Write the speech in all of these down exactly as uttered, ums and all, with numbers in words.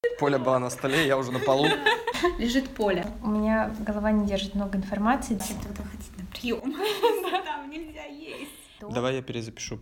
Поля была на столе, я уже на полу. Лежит Поля. У меня голова не держит много информации. Кто-то ходить на прием. Там нельзя есть. Давай я перезапишу.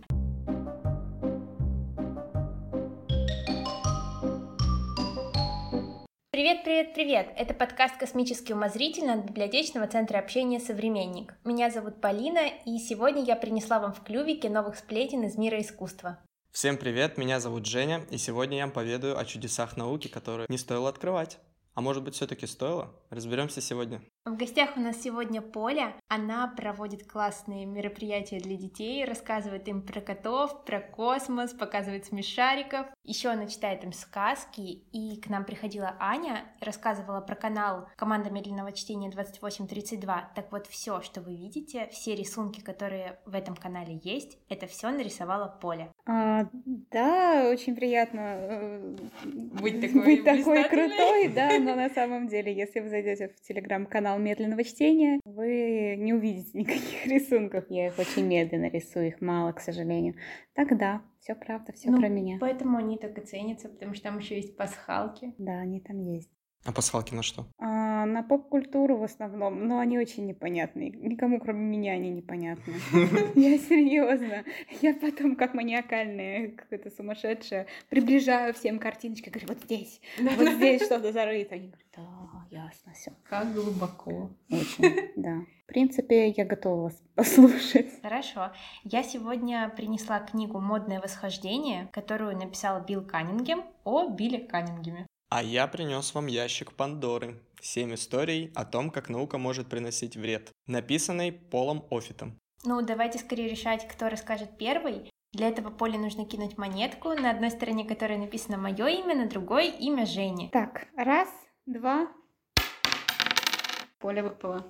Привет, привет, привет! Это подкаст «Космический умозритель» от библиотечного центра общения «Современник». Меня зовут Полина, и сегодня я принесла вам в клювике новых сплетен из мира искусства. Всем привет, меня зовут Женя, и сегодня я вам поведаю о чудесах науки, которые не стоило открывать. А может быть, все-таки стоило? Разберемся сегодня. В гостях у нас сегодня Поля. Она проводит классные мероприятия для детей, рассказывает им про котов, про космос, показывает смешариков. Еще она читает им сказки. И к нам приходила Аня, рассказывала про канал «Команда медленного чтения двадцать восемь тридцать два». Так вот, все, что вы видите, все рисунки, которые в этом канале есть, это все нарисовала Поля. А, да, очень приятно э, Быть такой, быть такой крутой, да, но на самом деле, если вы зайдете в телеграм-канал медленного чтения, вы не увидите никаких рисунков. Я их очень медленно рисую, их мало, к сожалению. Так да, все правда, все Ну, про меня. Поэтому они так и ценятся, потому что там еще есть пасхалки. Да, они там есть. А пасхалки на что? А, на поп-культуру в основном, но они очень непонятные. Никому, кроме меня, они непонятны. Я серьезно. Я потом, как маниакальная, какая-то сумасшедшая, приближаю всем картиночки, говорю, вот здесь, вот здесь что-то зарыто. Они говорят, да, ясно, все. Как глубоко. Очень, да. В принципе, я готова вас послушать. Хорошо. Я сегодня принесла книгу «Модное восхождение», которую написал Билл Каннингем о Билле Каннингеме. А я принес вам ящик Пандоры. Семь историй о том, как наука может приносить вред. Написанный Полом Оффитом. Ну, давайте скорее решать, кто расскажет первый. Для этого Поле нужно кинуть монетку, на одной стороне которой написано мое имя, на другой имя Жени. Так, раз, два. Поля выпала.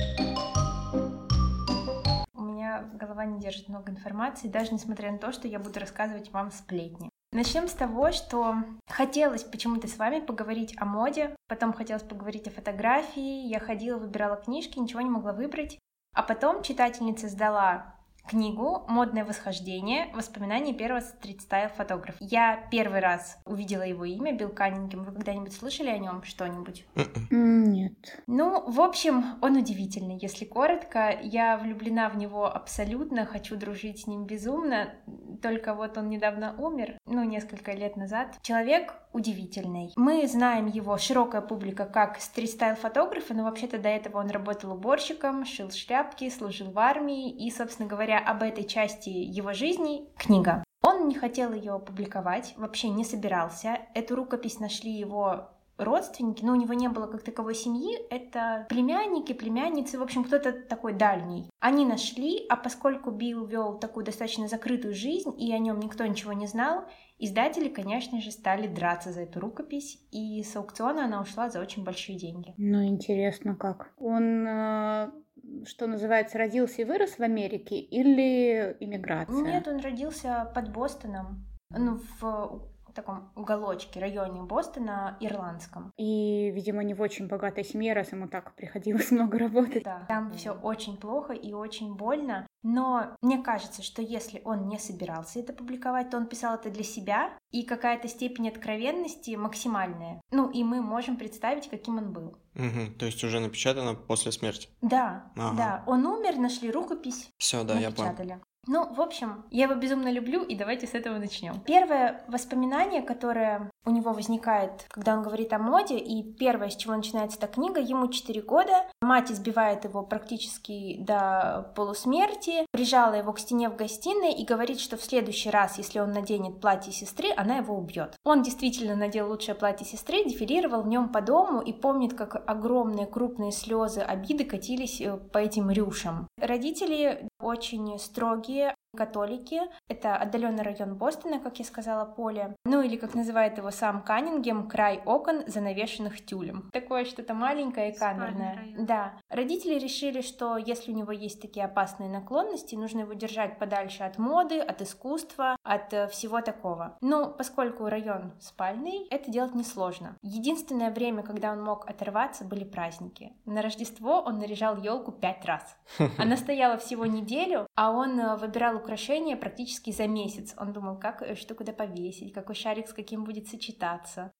У меня голова не держит много информации, даже несмотря на то, что я буду рассказывать вам сплетни. Начнем с того, что хотелось почему-то с вами поговорить о моде, потом хотелось поговорить о фотографии, я ходила, выбирала книжки, ничего не могла выбрать, а потом читательница сдала книгу «Модное восхождение. Воспоминания первого стрит-стайл-фотографа». Я первый раз увидела его имя, Билл Каннингем. Вы когда-нибудь слышали о нем что-нибудь? Нет. Ну, в общем, он удивительный, если коротко. Я влюблена в него абсолютно, хочу дружить с ним безумно. Только вот он недавно умер, ну, несколько лет назад. Человек удивительный. Мы знаем его, широкая публика, как стрит-стайл-фотографа, но вообще-то до этого он работал уборщиком, шил шляпки, служил в армии, и, собственно говоря, об этой части его жизни книга. Он не хотел ее опубликовать, вообще не собирался. Эту рукопись нашли его родственники, но у него не было как таковой семьи, это племянники, племянницы, в общем, кто-то такой дальний. Они нашли, а поскольку Билл вел такую достаточно закрытую жизнь, и о нем никто ничего не знал, издатели, конечно же, стали драться за эту рукопись, и с аукциона она ушла за очень большие деньги. Ну, интересно как. Он, э, что называется, родился и вырос в Америке или иммиграция? Нет, он родился под Бостоном, ну, в таком уголочке, районе Бостона, ирландском. И, видимо, не в очень богатой семье, раз ему так приходилось много работать. Да, там все очень плохо и очень больно. Но мне кажется, что если он не собирался это публиковать, то он писал это для себя, и какая-то степень откровенности максимальная. Ну, и мы можем представить, каким он был. Угу, то есть уже напечатано после смерти? Да, Ага. да. Он умер, нашли рукопись, Все, да, я понял. напечатали. Ну, в общем, я его безумно люблю, и давайте с этого начнем. Первое воспоминание, которое у него возникает, когда он говорит о моде, и первое, с чего начинается эта книга, ему четыре года, мать избивает его практически до полусмерти, прижала его к стене в гостиной и говорит, что в следующий раз, если он наденет платье сестры, она его убьет. Он действительно надел лучшее платье сестры, дефилировал в нем по дому и помнит, как огромные крупные слезы обиды катились по этим рюшам. Родители очень строгие, католики. Это отдаленный район Бостона, как я сказала, Поле. Ну или, как называет его сам Каннингем, край окон, занавешенных тюлем. Такое что-то маленькое и камерное. Да. Родители решили, что если у него есть такие опасные наклонности, нужно его держать подальше от моды, от искусства, от э, всего такого. Но поскольку район спальный, это делать несложно. Единственное время, когда он мог оторваться, были праздники. На Рождество он наряжал елку пять раз. Она стояла всего неделю, а он э, выбирал украшения практически за месяц. Он думал, как, что куда повесить, какой шарик с каким будет сочетаться.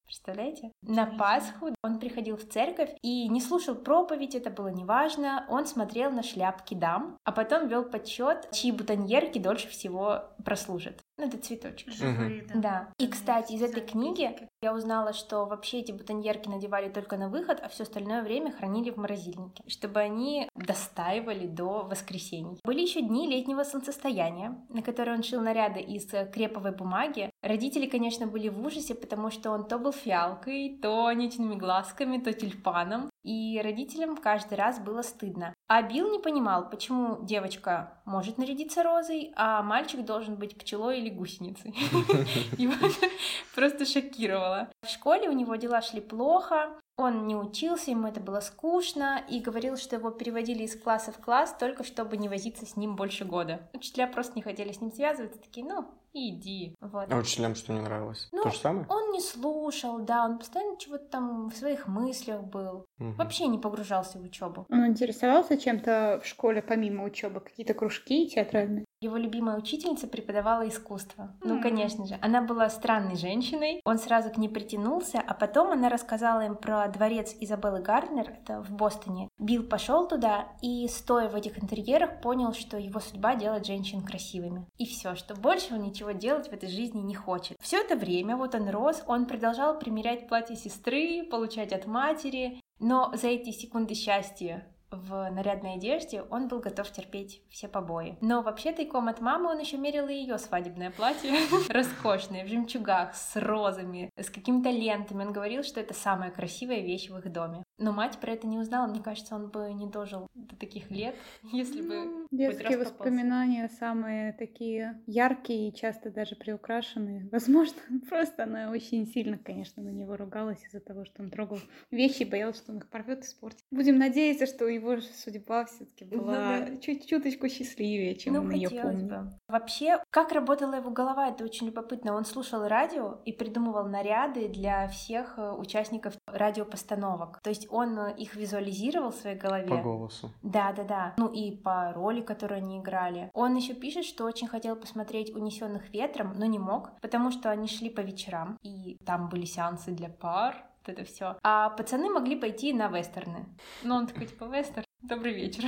Представляете? На Пасху он приходил в церковь и не слушал проповедь, это было неважно. Он смотрел на шляпки дам, а потом вел подсчет, чьи бутоньерки дольше всего прослужат. Ну, это цветочек. Живые, да. да. И, кстати, из этой книги я узнала, что вообще эти бутоньерки надевали только на выход, а все остальное время хранили в морозильнике, чтобы они достаивали до воскресенья. Были еще дни летнего солнцестояния, на которые он шил наряды из креповой бумаги. Родители, конечно, были в ужасе, потому что он то был фиалкой, то нитяными глазками, то тюльпаном. И родителям каждый раз было стыдно. А Билл не понимал, почему девочка может нарядиться розой, а мальчик должен быть пчелой или гусеницей. Его просто шокировало. В школе у него дела шли плохо, он не учился, ему это было скучно, и говорил, что его переводили из класса в класс только чтобы не возиться с ним больше года. Учителя просто не хотели с ним связываться, такие, ну, иди. Вот. А учителям что не нравилось? Ну, То же самое? Он не слушал, да, он постоянно чего-то там в своих мыслях был. Угу. Вообще не погружался в учебу. Он интересовался чем-то в школе помимо учебы, какие-то кружки театральные? Его любимая учительница преподавала искусство. Mm-hmm. Ну, конечно же. Она была странной женщиной. Он сразу к ней притянулся, а потом она рассказала им про дворец Изабеллы Гарднер, это в Бостоне. Билл пошел туда и, стоя в этих интерьерах, понял, что его судьба делать женщин красивыми. И все, что больше он ничего делать в этой жизни не хочет. Все это время, вот он рос, он продолжал примерять платье сестры, получать от матери, но за эти секунды счастья в нарядной одежде он был готов терпеть все побои. Но вообще тайком от мамы он еще мерил и ее свадебное платье. Роскошное, в жемчугах, с розами, с какими-то лентами. Он говорил, что это самая красивая вещь в их доме. Но мать про это не узнала. Мне кажется, он бы не дожил до таких лет, если бы детские воспоминания самые такие яркие и часто даже приукрашенные. Возможно, просто она очень сильно, конечно, на него ругалась из-за того, что он трогал вещи и боялась, что он их порвет и испортит. Будем надеяться, что его судьба все-таки была ну, да. чуть-чуточку счастливее, чем ну, он ее помнит. Бы. Вообще, как работала его голова, это очень любопытно. Он слушал радио и придумывал наряды для всех участников радиопостановок. То есть он их визуализировал в своей голове. По голосу. Да, да, да. Ну и по роли, которую они играли. Он еще пишет, что очень хотел посмотреть «Унесенных ветром», но не мог, потому что они шли по вечерам, и там были сеансы для пар. Это все. А пацаны могли пойти на вестерны. Но он такой, типа, вестерн, добрый вечер.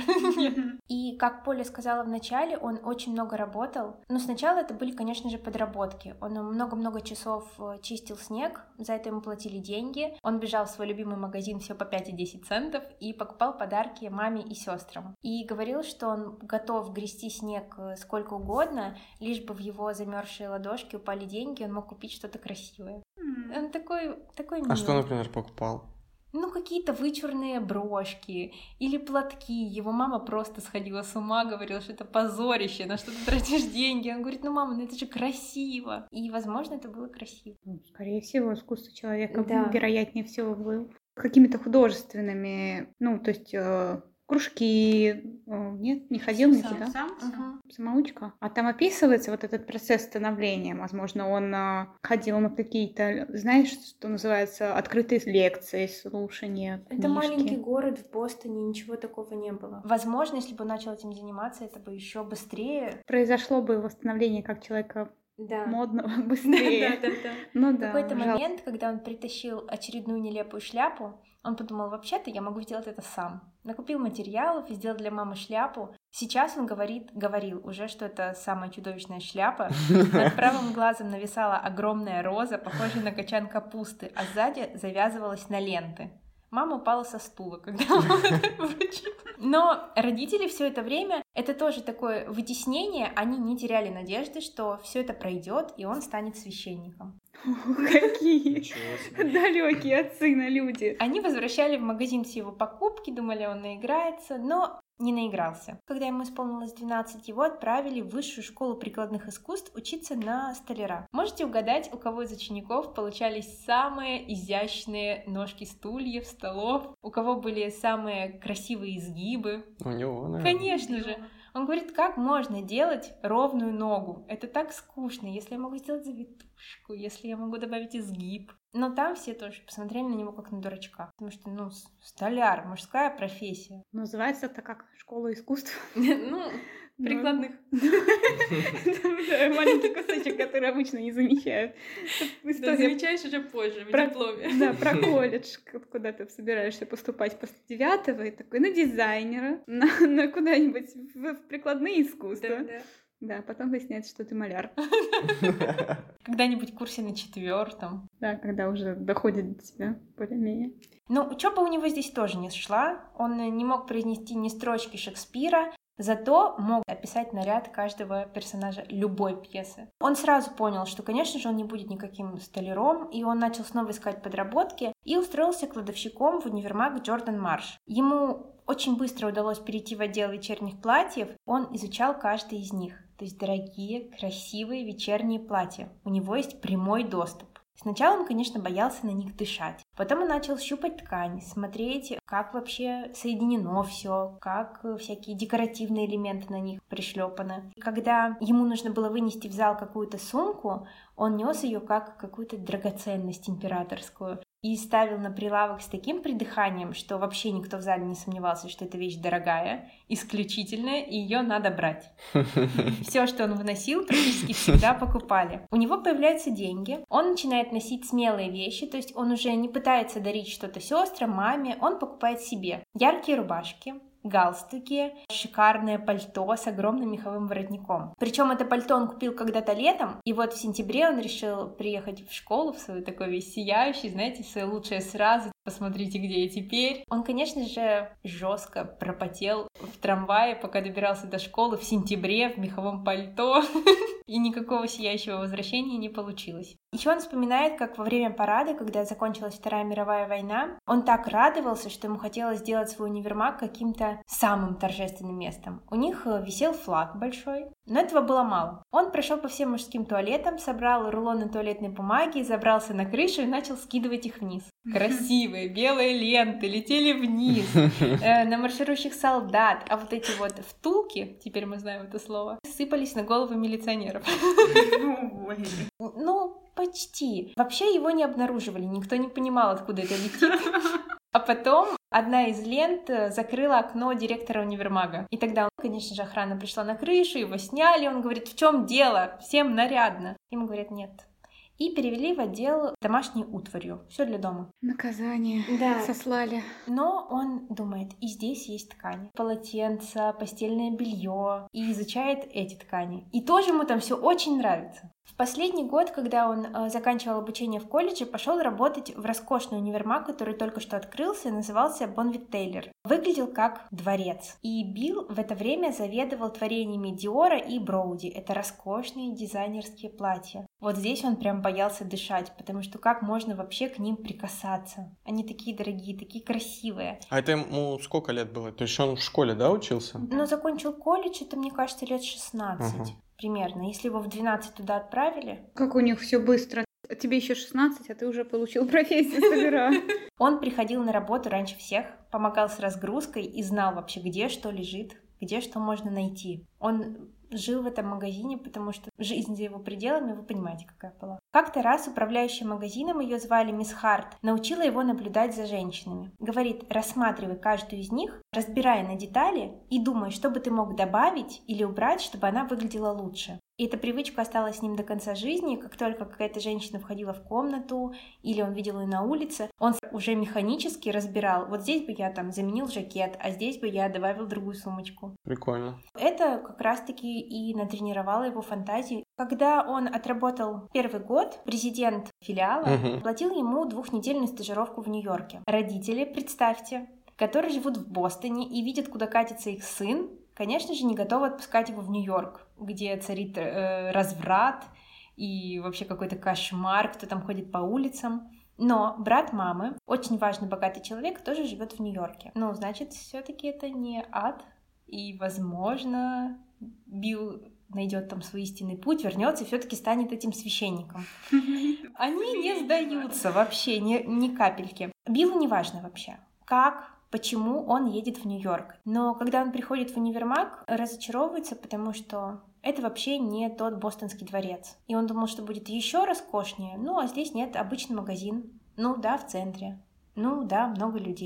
И, как Поля сказала в начале, он очень много работал. Но сначала это были, конечно же, подработки. Он много-много часов чистил снег, за это ему платили деньги. Он бежал в свой любимый магазин все по пять и десять центов и покупал подарки маме и сестрам. И говорил, что он готов грести снег сколько угодно, лишь бы в его замерзшие ладошки упали деньги, он мог купить что-то красивое. Он такой, такой милый. А что, например, покупал? Ну, какие-то вычурные брошки или платки. Его мама просто сходила с ума, говорила, что это позорище, на что ты тратишь деньги. Он говорит, ну, мама, ну это же красиво. И, возможно, это было красиво. Скорее всего, искусство человека, да. вероятнее всего, было какими-то художественными, ну, то есть... кружки, нет, не ходил никуда. Сам, сам, сам. Угу. Самоучка. А там описывается вот этот процесс становления. Возможно, он а, ходил на какие-то, знаешь, что называется, открытые лекции, слушания, книжки. Это маленький город в Бостоне, ничего такого не было. Возможно, если бы он начал этим заниматься, это бы еще быстрее. Произошло бы восстановление как человека да. модного быстрее. Да, да, да. Ну, в да, какой-то жал... момент, когда он притащил очередную нелепую шляпу, он подумал, вообще-то я могу сделать это сам. Накупил материалов и сделал для мамы шляпу. Сейчас он говорит, говорил уже, что это самая чудовищная шляпа. Над правым глазом нависала огромная роза, похожая на качан капусты, а сзади завязывалась на ленты. Мама упала со стула, когда он это вручил. Но родители все это время, это тоже такое вытеснение, они не теряли надежды, что все это пройдет, и он станет священником. Какие далекие отцы на люди. Они возвращали в магазин все его покупки, думали, он наиграется, но не наигрался. Когда ему исполнилось двенадцать, его отправили в высшую школу прикладных искусств учиться на столяра. Можете угадать, у кого из учеников получались самые изящные ножки стульев, столов, у кого были самые красивые изгибы? У него, наверное. Конечно же. Он говорит, как можно делать ровную ногу? Это так скучно, если я могу сделать завитушку, если я могу добавить изгиб. Но там все тоже посмотрели на него как на дурачка. Потому что, ну, столяр, мужская профессия. Называется это как школа искусств. Ну, Прикладных. Маленький кусочек, который обычно не замечают. Замечаешь уже позже, в дипломе. Да, про колледж, куда ты собираешься поступать после девятого, и такой на дизайнера, на куда-нибудь в прикладные искусства. Да, потом выясняется, что ты маляр. Когда-нибудь в курсе на четвертом. Да, когда уже доходит до тебя более-менее. Но учеба у него здесь тоже не шла. Он не мог произнести ни строчки Шекспира, зато мог описать наряд каждого персонажа любой пьесы. Он сразу понял, что, конечно же, он не будет никаким столяром, и он начал снова искать подработки и устроился кладовщиком в универмаг Джордан Марш. Ему очень быстро удалось перейти в отдел вечерних платьев, он изучал каждый из них. То есть дорогие, красивые вечерние платья. У него есть прямой доступ. Сначала он, конечно, боялся на них дышать. Потом он начал щупать ткань, смотреть, как вообще соединено все, как всякие декоративные элементы на них пришлепаны. Когда ему нужно было вынести в зал какую-то сумку, он нес ее как какую-то драгоценность императорскую и ставил на прилавок с таким придыханием, что вообще никто в зале не сомневался, что эта вещь дорогая, исключительная, и ее надо брать. Все, что он выносил, практически всегда покупали. У него появляются деньги, он начинает носить смелые вещи, то есть он уже не пытается дарить что-то сестрам, маме, он покупает себе яркие рубашки, галстуки, шикарное пальто с огромным меховым воротником. Причем это пальто он купил когда-то летом, и вот в сентябре он решил приехать в школу в свой такой весь сияющий, знаете, свое лучшее сразу. Посмотрите, где я теперь. Он, конечно же, жестко пропотел в трамвае, пока добирался до школы в сентябре в меховом пальто, и никакого сияющего возвращения не получилось. Еще он вспоминает, как во время парада, когда закончилась Вторая мировая война, он так радовался, что ему хотелось сделать свой универмаг каким-то самым торжественным местом. У них висел флаг большой, но этого было мало. Он прошел по всем мужским туалетам, собрал рулоны туалетной бумаги, забрался на крышу и начал скидывать их вниз. Красивые белые ленты летели вниз э, на марширующих солдат, а вот эти вот втулки, теперь мы знаем это слово, сыпались на головы милиционеров. Ну, почти. Вообще его не обнаруживали, никто не понимал, откуда это летит. А потом одна из лент закрыла окно директора универмага. И тогда, конечно же, охрана пришла на крышу, его сняли, он говорит: в чем дело? Всем нарядно. Ему говорят: нет. И перевели в отдел домашней утварью. Все для дома. Наказание. Да. Сослали. Но он думает, и здесь есть ткани. Полотенца, постельное белье. И изучает эти ткани. И тоже ему там все очень нравится. В последний год, когда он э, заканчивал обучение в колледже, пошел работать в роскошный универмаг, который только что открылся, назывался Bonwit Taylor. Выглядел как дворец. И Билл в это время заведовал творениями Диора и Броуди. Это роскошные дизайнерские платья. Вот здесь он прям боялся дышать, потому что как можно вообще к ним прикасаться? Они такие дорогие, такие красивые. А это ему сколько лет было? То есть он в школе, да, учился? Ну, закончил колледж, это, мне кажется, лет шестнадцать. Ага. Примерно. Если его в двенадцать туда отправили. Как у них все быстро. Тебе еще шестнадцать, а ты уже получил профессию столяра. Он приходил на работу раньше всех, помогал с разгрузкой и знал вообще, где что лежит, где что можно найти. Он жил в этом магазине, потому что жизнь за его пределами, вы понимаете, какая была. Как-то раз управляющая магазином, ее звали мисс Харт, научила его наблюдать за женщинами. Говорит: рассматривай каждую из них, разбирая на детали и думай, что бы ты мог добавить или убрать, чтобы она выглядела лучше. И эта привычка осталась с ним до конца жизни. Как только какая-то женщина входила в комнату или он видел ее на улице, он уже механически разбирал: вот здесь бы я там заменил жакет, а здесь бы я добавил другую сумочку. Прикольно. Это как раз-таки и натренировало его фантазию. Когда он отработал первый год, президент филиала Мгм. платил ему двухнедельную стажировку в Нью-Йорке. Родители, представьте, которые живут в Бостоне и видят, куда катится их сын, конечно же, не готовы отпускать его в Нью-Йорк, где царит э, разврат и вообще какой-то кошмар, кто там ходит по улицам. Но брат мамы, очень важный богатый человек, тоже живет в Нью-Йорке. Ну, значит, все-таки это не ад, и, возможно, Билл найдет там свой истинный путь, вернется и все-таки станет этим священником. Они не сдаются вообще, ни, ни капельки. Биллу не важно вообще, как, почему он едет в Нью-Йорк. Но когда он приходит в универмаг, разочаровывается, потому что это вообще не тот бостонский дворец. И он думал, что будет еще роскошнее. Ну, а здесь нет, обычный магазин. Ну да, в центре. Ну да, много людей.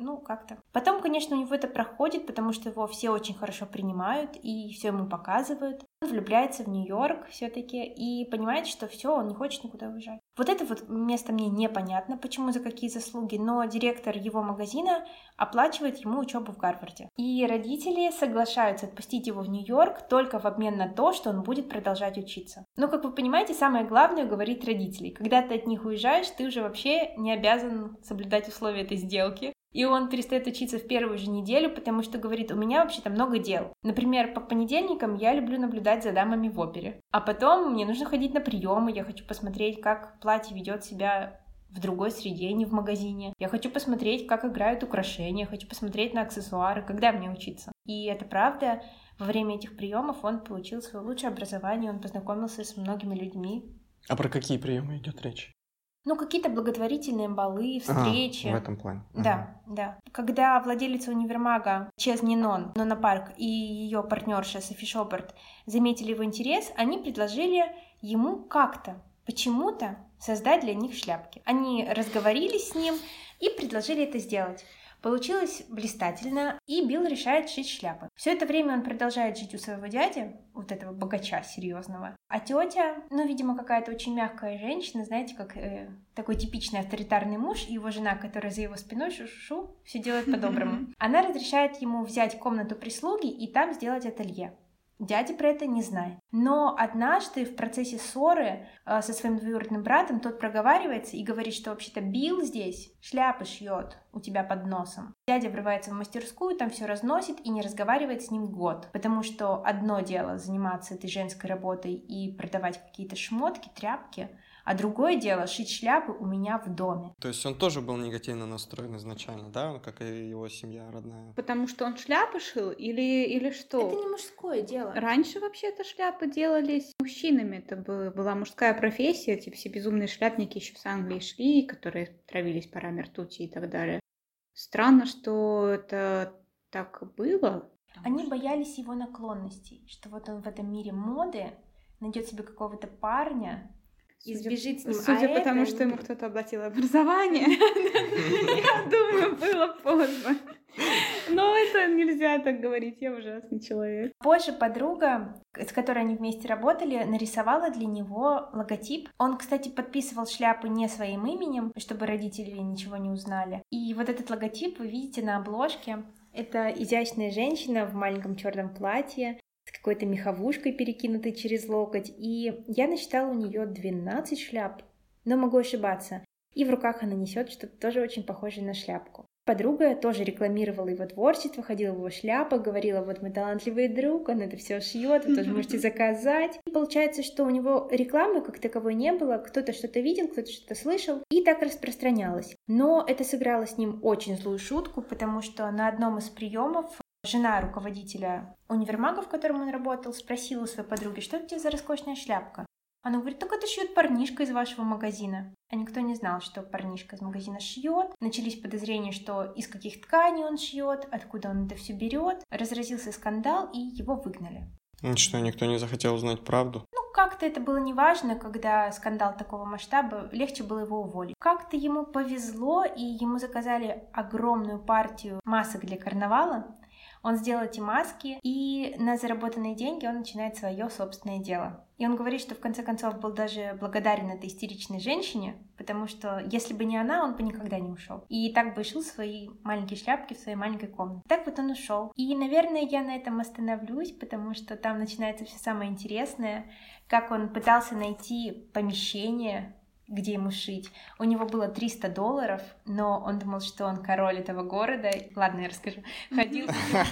ну, как-то. Потом, конечно, у него это проходит, потому что его все очень хорошо принимают и все ему показывают. Он влюбляется в Нью-Йорк все-таки и понимает, что все, он не хочет никуда уезжать. Вот это вот место мне непонятно, почему, за какие заслуги, но директор его магазина оплачивает ему учебу в Гарварде. И родители соглашаются отпустить его в Нью-Йорк только в обмен на то, что он будет продолжать учиться. Но, как вы понимаете, самое главное говорить родителей. Когда ты от них уезжаешь, ты уже вообще не обязан соблюдать условия этой сделки. И он перестает учиться в первую же неделю, потому что говорит, у меня вообще-то много дел. Например, по понедельникам я люблю наблюдать за дамами в опере. А потом мне нужно ходить на приемы, я хочу посмотреть, как платье ведет себя в другой среде, не в магазине. Я хочу посмотреть, как играют украшения, хочу посмотреть на аксессуары, когда мне учиться. И это правда, во время этих приемов он получил свое лучшее образование, он познакомился с многими людьми. А про какие приемы идет речь? Ну, какие-то благотворительные балы, встречи. А, в этом плане. Да, ага. да. Когда владелица универмага Чез Нинон, Нона Парк и ее партнерша Софи Шопард заметили его интерес, они предложили ему как-то, почему-то создать для них шляпки. Они разговорились с ним и предложили это сделать. Получилось блистательно, и Билл решает шить шляпы. Все это время он продолжает жить у своего дяди, вот этого богача серьезного. А тетя, ну, видимо, какая-то очень мягкая женщина, знаете, как э, такой типичный авторитарный муж, и его жена, которая за его спиной шу-шу-шу, все делает по-доброму. Она разрешает ему взять комнату прислуги и там сделать ателье. Дядя про это не знает. Но однажды в процессе ссоры э, со своим двоюродным братом тот проговаривается и говорит, что вообще-то Билл здесь шляпы шьет у тебя под носом. Дядя врывается в мастерскую, там все разносит и не разговаривает с ним год. Потому что одно дело заниматься этой женской работой и продавать какие-то шмотки, тряпки, а другое дело шить шляпы у меня в доме. То есть он тоже был негативно настроен изначально, да, как и его семья родная? Потому что он шляпы шил или, или что? Это не мужское дело. Раньше вообще-то шляпы делались мужчинами. Это была, была мужская профессия. Эти все безумные шляпники еще с Англии шли, которые травились парами ртути и так далее. Странно, что это так было. Они боялись его наклонностей, что вот он в этом мире моды найдет себе какого-то парня, и сбежит с ним. Судя а по тому, это... что ему кто-то оплатил образование, я думаю, было поздно. Но это нельзя так говорить, я ужасный человек. Позже подруга, с которой они вместе работали, нарисовала для него логотип. Он, кстати, подписывал шляпы не своим именем, чтобы родители ничего не узнали. И вот этот логотип вы видите на обложке. Это изящная женщина в маленьком черном платье, с какой-то меховушкой, перекинутой через локоть. И я насчитала у нее двенадцать шляп, но могу ошибаться. И в руках она несет что-то тоже очень похожее на шляпку. Подруга тоже рекламировала его творчество, ходила в его шляпах, говорила, вот мой талантливый друг, он это все шьет, вы тоже можете заказать. И получается, что у него рекламы как таковой не было, кто-то что-то видел, кто-то что-то слышал, и так распространялось. Но это сыграло с ним очень злую шутку, потому что на одном из приемов жена руководителя универмага, в котором он работал, спросила у своей подруги, что это у тебя за роскошная шляпка? Она говорит, так это шьет парнишка из вашего магазина. А никто не знал, что парнишка из магазина шьет. Начались подозрения, что из каких тканей он шьет, откуда он это все берет. Разразился скандал, и его выгнали. Ну что, никто не захотел узнать правду? Ну, как-то это было неважно, когда скандал такого масштаба, легче было его уволить. Как-то ему повезло, и ему заказали огромную партию масок для карнавала. Он сделал эти маски, и на заработанные деньги он начинает свое собственное дело. И он говорит, что в конце концов был даже благодарен этой истеричной женщине, потому что если бы не она, он бы никогда не ушел. И так бы шил свои маленькие шляпки в своей маленькой комнате. Так вот он ушел. И, наверное, я на этом остановлюсь, потому что там начинается все самое интересное, как он пытался найти помещение, где ему шить. У него было триста долларов, но он думал, что он король этого города. Ладно, я расскажу. Ходил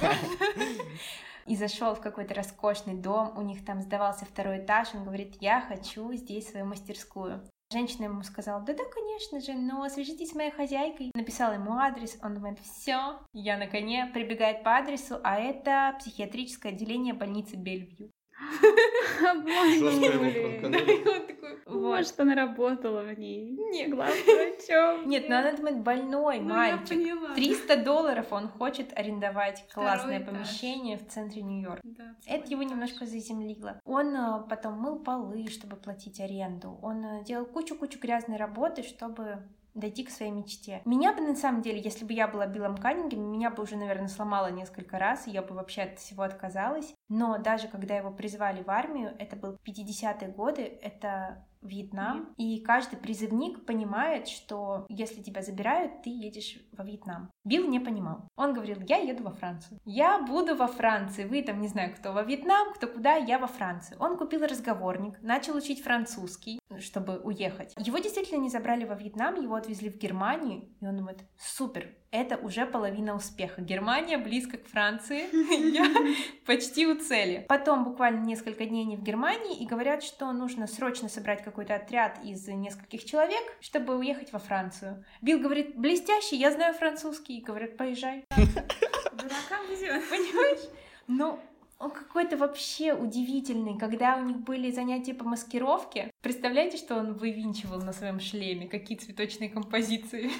и зашел в какой-то роскошный дом. У них там сдавался второй этаж. Он говорит, я хочу здесь свою мастерскую. Женщина ему сказала, да-да, конечно же, но свяжитесь с моей хозяйкой. Написала ему адрес, он думает, все, я на коне, прибегает по адресу, а это психиатрическое отделение больницы Бельвью. Обманули. Может, она работала в ней. Не, главное, о чем? Нет, но она думает, больной мальчик. триста долларов он хочет арендовать классное помещение в центре Нью-Йорка. Это его немножко заземлило. Он потом мыл полы, чтобы платить аренду. Он делал кучу-кучу грязной работы, чтобы дойти к своей мечте. Меня бы, на самом деле, если бы я была Биллом Каннингем, меня бы уже, наверное, сломало несколько раз, и я бы вообще от всего отказалась. Но даже когда его призвали в армию, это был пятидесятые годы, это Вьетнам, и каждый призывник понимает, что если тебя забирают, ты едешь во Вьетнам. Билл не понимал. Он говорил, я еду во Францию. Я буду во Франции. Вы там, не знаю, кто во Вьетнам, кто куда, я во Франции. Он купил разговорник, начал учить французский, чтобы уехать. Его действительно не забрали во Вьетнам, его отвезли в Германию, и он думает, супер, это уже половина успеха. Германия близко к Франции, я почти у цели. Потом буквально несколько дней они в Германии, и говорят, что нужно срочно собрать какой-то отряд из нескольких человек, чтобы уехать во Францию. Билл говорит, блестяще, я знаю французский, и говорят, поезжай. Дуракам везет. Понимаешь? Ну, он какой-то вообще удивительный. Когда у них были занятия по маскировке, представляете, что он вывинчивал на своем шлеме? Какие цветочные композиции.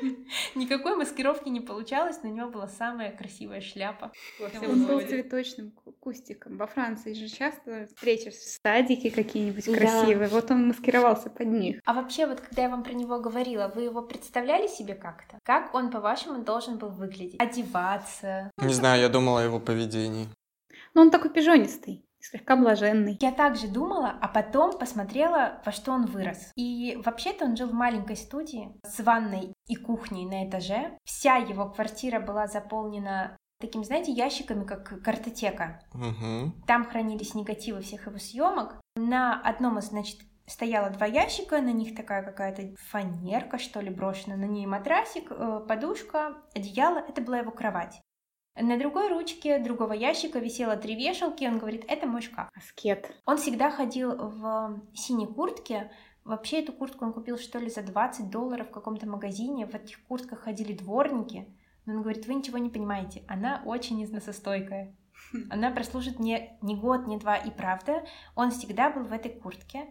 Никакой маскировки не получалось, но у него была самая красивая шляпа. Он был цветочным кустиком. Во Франции же часто встретишь садики какие-нибудь красивые. Вот он маскировался под них. А вообще, вот когда я вам про него говорила, вы его представляли себе как-то? Как он, по-вашему, должен был выглядеть? Одеваться? Не знаю, я думала о его поведении. Но он такой пижонистый, слегка блаженный. Я также думала, а потом посмотрела, во что он вырос. И вообще-то он жил в маленькой студии с ванной и кухней на этаже. Вся его квартира была заполнена такими, знаете, ящиками, как картотека. Угу. Там хранились негативы всех его съемок. На одном из, значит, стояло два ящика, на них такая какая-то фанерка, что ли, брошена. На ней матрасик, подушка, одеяло. Это была его кровать. На другой ручке другого ящика висело три вешалки, и он говорит, это мой шкаф. Аскет. Он всегда ходил в синей куртке. Вообще эту куртку он купил, что ли, за двадцать долларов в каком-то магазине. В этих куртках ходили дворники. Но он говорит, вы ничего не понимаете, она очень износостойкая. Она прослужит не, не год, не два, и правда, он всегда был в этой куртке.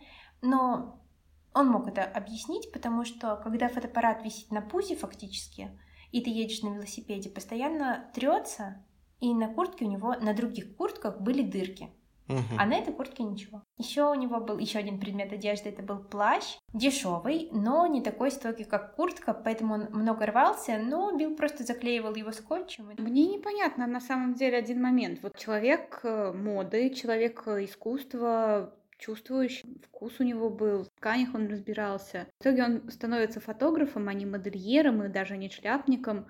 Но он мог это объяснить, потому что когда фотоаппарат висит на пузе фактически, и ты едешь на велосипеде, постоянно трется, и на куртке у него, на других куртках были дырки, Угу. а на этой куртке ничего. Еще у него был еще один предмет одежды, это был плащ, дешевый, но не такой стойкий, как куртка, поэтому он много рвался, но Билл просто заклеивал его скотчем. Мне непонятно на самом деле один момент. Вот человек моды, человек искусства, чувствующий, вкус у него был, в тканях он разбирался. В итоге он становится фотографом, а не модельером и даже не шляпником,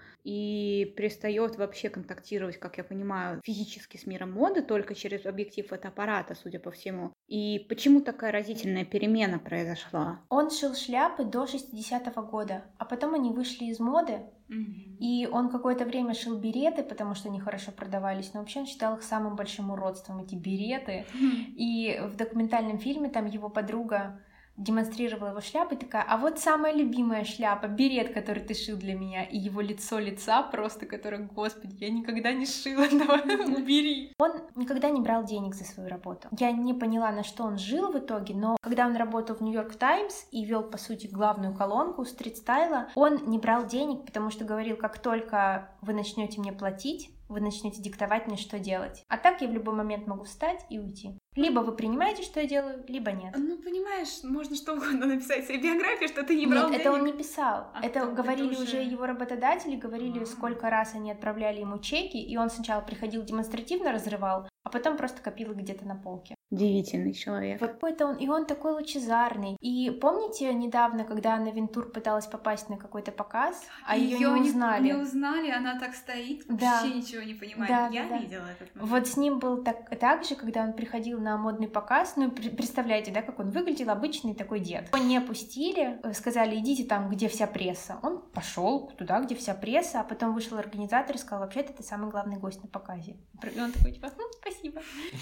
и перестает вообще контактировать, как я понимаю, физически с миром моды, только через объектив фотоаппарата, судя по всему. И почему такая разительная перемена произошла? Он шил шляпы до шестидесятого года, а потом они вышли из моды, Mm-hmm. и он какое-то время шил береты, потому что они хорошо продавались, но вообще он считал их самым большим уродством, эти береты. Mm-hmm. И в документальном фильме там его подруга демонстрировала его шляпу и такая, а вот самая любимая шляпа, берет, который ты шил для меня, и его лицо лица просто, которое, господи, я никогда не шила, давай убери. Он никогда не брал денег за свою работу. Я не поняла, на что он жил в итоге, но когда он работал в Нью-Йорк Таймс и вел, по сути, главную колонку стрит-стайла, он не брал денег, потому что говорил, как только вы начнете мне платить, вы начнете диктовать мне, что делать. А так я в любой момент могу встать и уйти. Либо вы принимаете, что я делаю, либо нет. Ну, понимаешь, можно что угодно написать в своей биографии, что ты не брал Нет, денег. это он не писал. А это кто? говорили Это уже уже его работодатели, говорили, А. сколько раз они отправляли ему чеки, и он сначала приходил демонстративно разрывал, а потом просто копил их где-то на полке. Удивительный человек. Вот какой-то он, и он такой лучезарный. И помните недавно, когда Анна Винтур пыталась попасть на какой-то показ, а ее Её не узнали? Не узнали, она так стоит, Да. вообще ничего не понимает. Да, Я да, да. видела этот момент. Вот с ним был так, так же, когда он приходил на модный показ, ну, при- представляете, да, как он выглядел, обычный такой дед. Его не пустили, э, сказали, идите там, где вся пресса. Он пошел туда, где вся пресса, а потом вышел организатор и сказал, вообще-то ты самый главный гость на показе. И он такой, типа, «Хм, спасибо.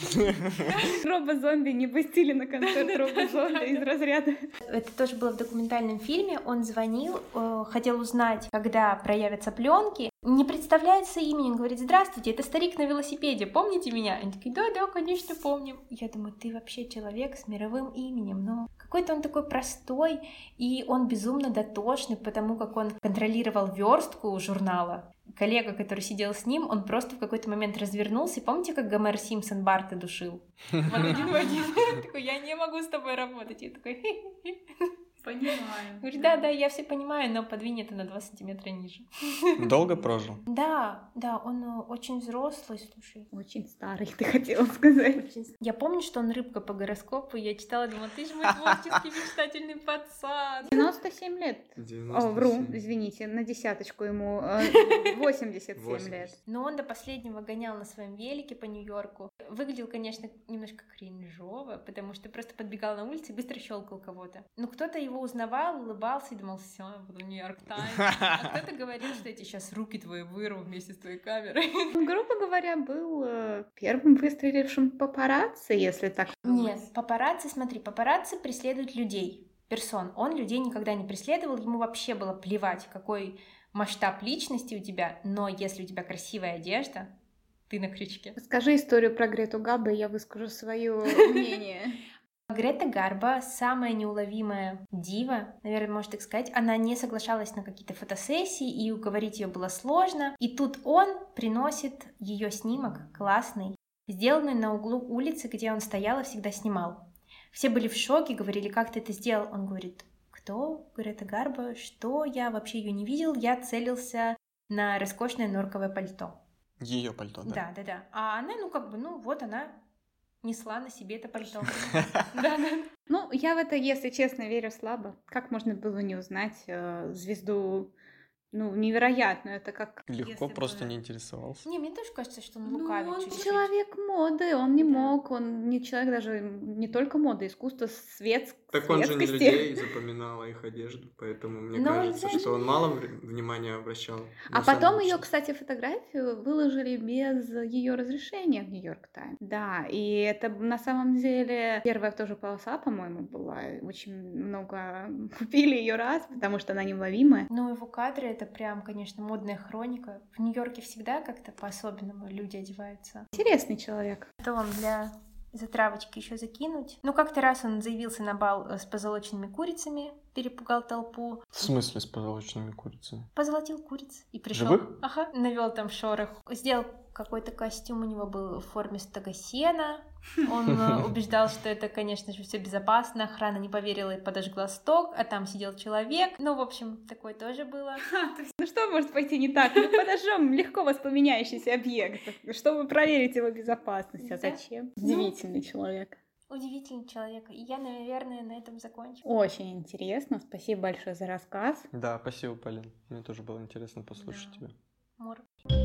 Робо-зомби не пустили на концерт робо-зомби из разряда. Это тоже было в документальном фильме. Он звонил, э, хотел узнать, когда проявятся пленки. Не представляется именем, говорит, здравствуйте, это старик на велосипеде, помните меня? Они такие, да-да, конечно, помним. Я думаю, ты вообще человек с мировым именем, но какой-то он такой простой, и он безумно дотошный, потому как он контролировал верстку журнала. Коллега, который сидел с ним, он просто в какой-то момент развернулся. И помните, как Гомер Симпсон Барта душил? Вот один в один. Такой, я не могу с тобой работать. Я такой, Понимаю. Говорит, да, да, я все понимаю, но подвинь это на два сантиметра ниже. Долго прожил? Да, да, он э, очень взрослый, слушай. Очень старый, ты хотела сказать. Очень... Я помню, что он рыбка по гороскопу, я читала, думала, ты же мой творческий мечтательный пацан. девяносто семь лет. девяносто О, вру, семь. извините, на десяточку ему э, восемьдесят семь восемьдесят. лет. Но он до последнего гонял на своем велике по Нью-Йорку. Выглядел, конечно, немножко кринжово, потому что просто подбегал на улице и быстро щелкал кого-то. Но кто-то его узнавал, улыбался и думал, все, я буду в Нью-Йорк Таймс. А кто-то говорил, что я тебе сейчас руки твои вырву вместе с твоей камерой. Он, грубо говоря, был э, первым выстрелившим папарацци, если так. Нет, папарацци, смотри, папарацци преследуют людей, персон. Он людей никогда не преследовал, ему вообще было плевать, какой масштаб личности у тебя, но если у тебя красивая одежда, ты на крючке. Расскажи историю про Грету Гарбо, и я выскажу свое мнение. Грета Гарбо, самая неуловимая дива, наверное, можно так сказать. Она не соглашалась на какие-то фотосессии, и уговорить ее было сложно. И тут он приносит ее снимок классный, сделанный на углу улицы, где он стоял и всегда снимал. Все были в шоке, говорили, как ты это сделал? Он говорит, кто? Грета Гарбо? Что? Я вообще ее не видел, я целился на роскошное норковое пальто. Ее пальто, да? Да, да, да. А она, ну как бы, ну вот она несла на себе это пальто. Да, да. Ну, я в это, если честно, верю слабо. Как можно было не узнать э, звезду, ну, невероятную? Это как... Легко, если просто бы- не интересовался. Не, мне тоже кажется, что он Ну, лукавит он чуть-чуть. человек моды, он не Да. мог, он не человек даже, не только моды, искусство, свет, Так он же не светскости. людей запоминал, а их одежду, поэтому мне Но он кажется, же- что он мало вре- внимания обращал. А на потом самом ее, деле. кстати, фотографию выложили без ее разрешения в Нью-Йорк Таймс. Да, и это на самом деле первая тоже полоса, по-моему, была. Очень много купили ее раз, потому что она неуловимая. Но его кадры — это прям, конечно, модная хроника. В Нью-Йорке всегда как-то по-особенному люди одеваются. Интересный человек. Что вам для затравочки еще закинуть? Ну, как-то раз он заявился на бал э, с позолоченными курицами, перепугал толпу, В смысле с позолоченными курицами? позолотил куриц и пришел. Живых? Ага, навел там шорох. Сделал какой-то костюм, у него был в форме стогосена. Он э, убеждал, что это, конечно же, все безопасно. Охрана не поверила и подожгла сток, а там сидел человек. Ну, в общем, такое тоже было. Ну что может пойти не так? Мы подожжем легко воспламеняющийся объект, чтобы проверить его безопасность. А Да. зачем? Ну. Удивительный человек. Удивительный человек. И я, наверное, на этом закончу. Очень интересно. Спасибо большое за рассказ. Да, спасибо, Полин. Мне тоже было интересно послушать Да. тебя. Мур.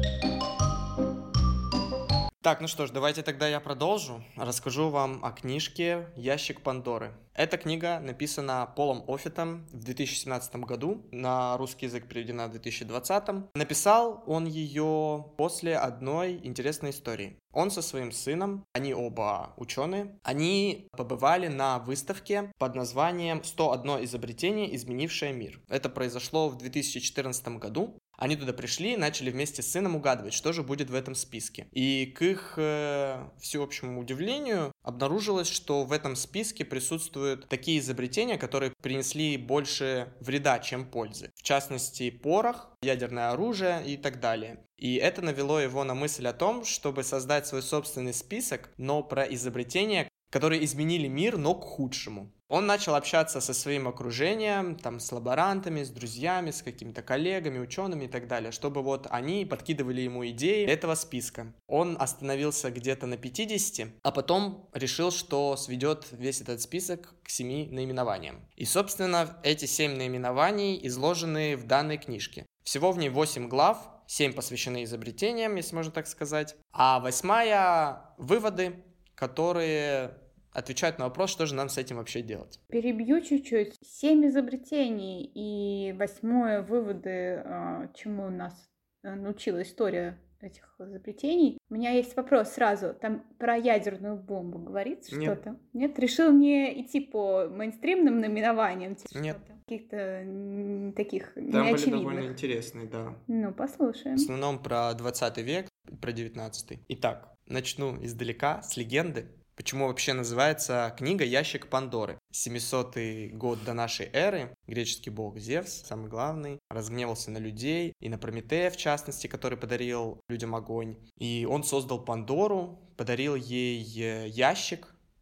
Так, ну что ж, давайте тогда я продолжу. Расскажу вам о книжке «Ящик Пандоры». Эта книга написана Полом Оффитом в две тысячи семнадцатом году, на русский язык переведена в две тысячи двадцатом. Написал он ее после одной интересной истории. Он со своим сыном, они оба ученые, они побывали на выставке под названием «сто одно изобретение, изменившее мир». Это произошло в две тысячи четырнадцатом году. Они туда пришли и начали вместе с сыном угадывать, что же будет в этом списке. И к их э, всеобщему удивлению обнаружилось, что в этом списке присутствуют такие изобретения, которые принесли больше вреда, чем пользы. В частности, порох, ядерное оружие и так далее. И это навело его на мысль о том, чтобы создать свой собственный список, но про изобретения, которые изменили мир, но к худшему. Он начал общаться со своим окружением, там, с лаборантами, с друзьями, с какими-то коллегами, учеными и так далее, чтобы вот они подкидывали ему идеи этого списка. Он остановился где-то на пятидесяти, а потом решил, что сведет весь этот список к семи наименованиям. И, собственно, эти семь наименований изложены в данной книжке. Всего в ней восемь глав, семь посвящены изобретениям, если можно так сказать, а восьмая — выводы, которые отвечают на вопрос, что же нам с этим вообще делать. Перебью чуть-чуть. Семь изобретений и восьмое выводы, а, чему нас а, научила история этих изобретений. У меня есть вопрос сразу. Там про ядерную бомбу говорится Нет. что-то? Нет? Решил не идти по мейнстримным наименованиям? типа Нет. что-то? Каких-то м, таких Там были довольно неочевидных. интересные, да. Ну, послушаем. В основном про двадцатый век, про девятнадцатый. Итак, начну издалека, с легенды. Почему вообще называется книга «Ящик Пандоры»? семисотый год до нашей эры греческий бог Зевс, самый главный, разгневался на людей, и на Прометея, в частности, который подарил людям огонь. И он создал Пандору, подарил ей ящик,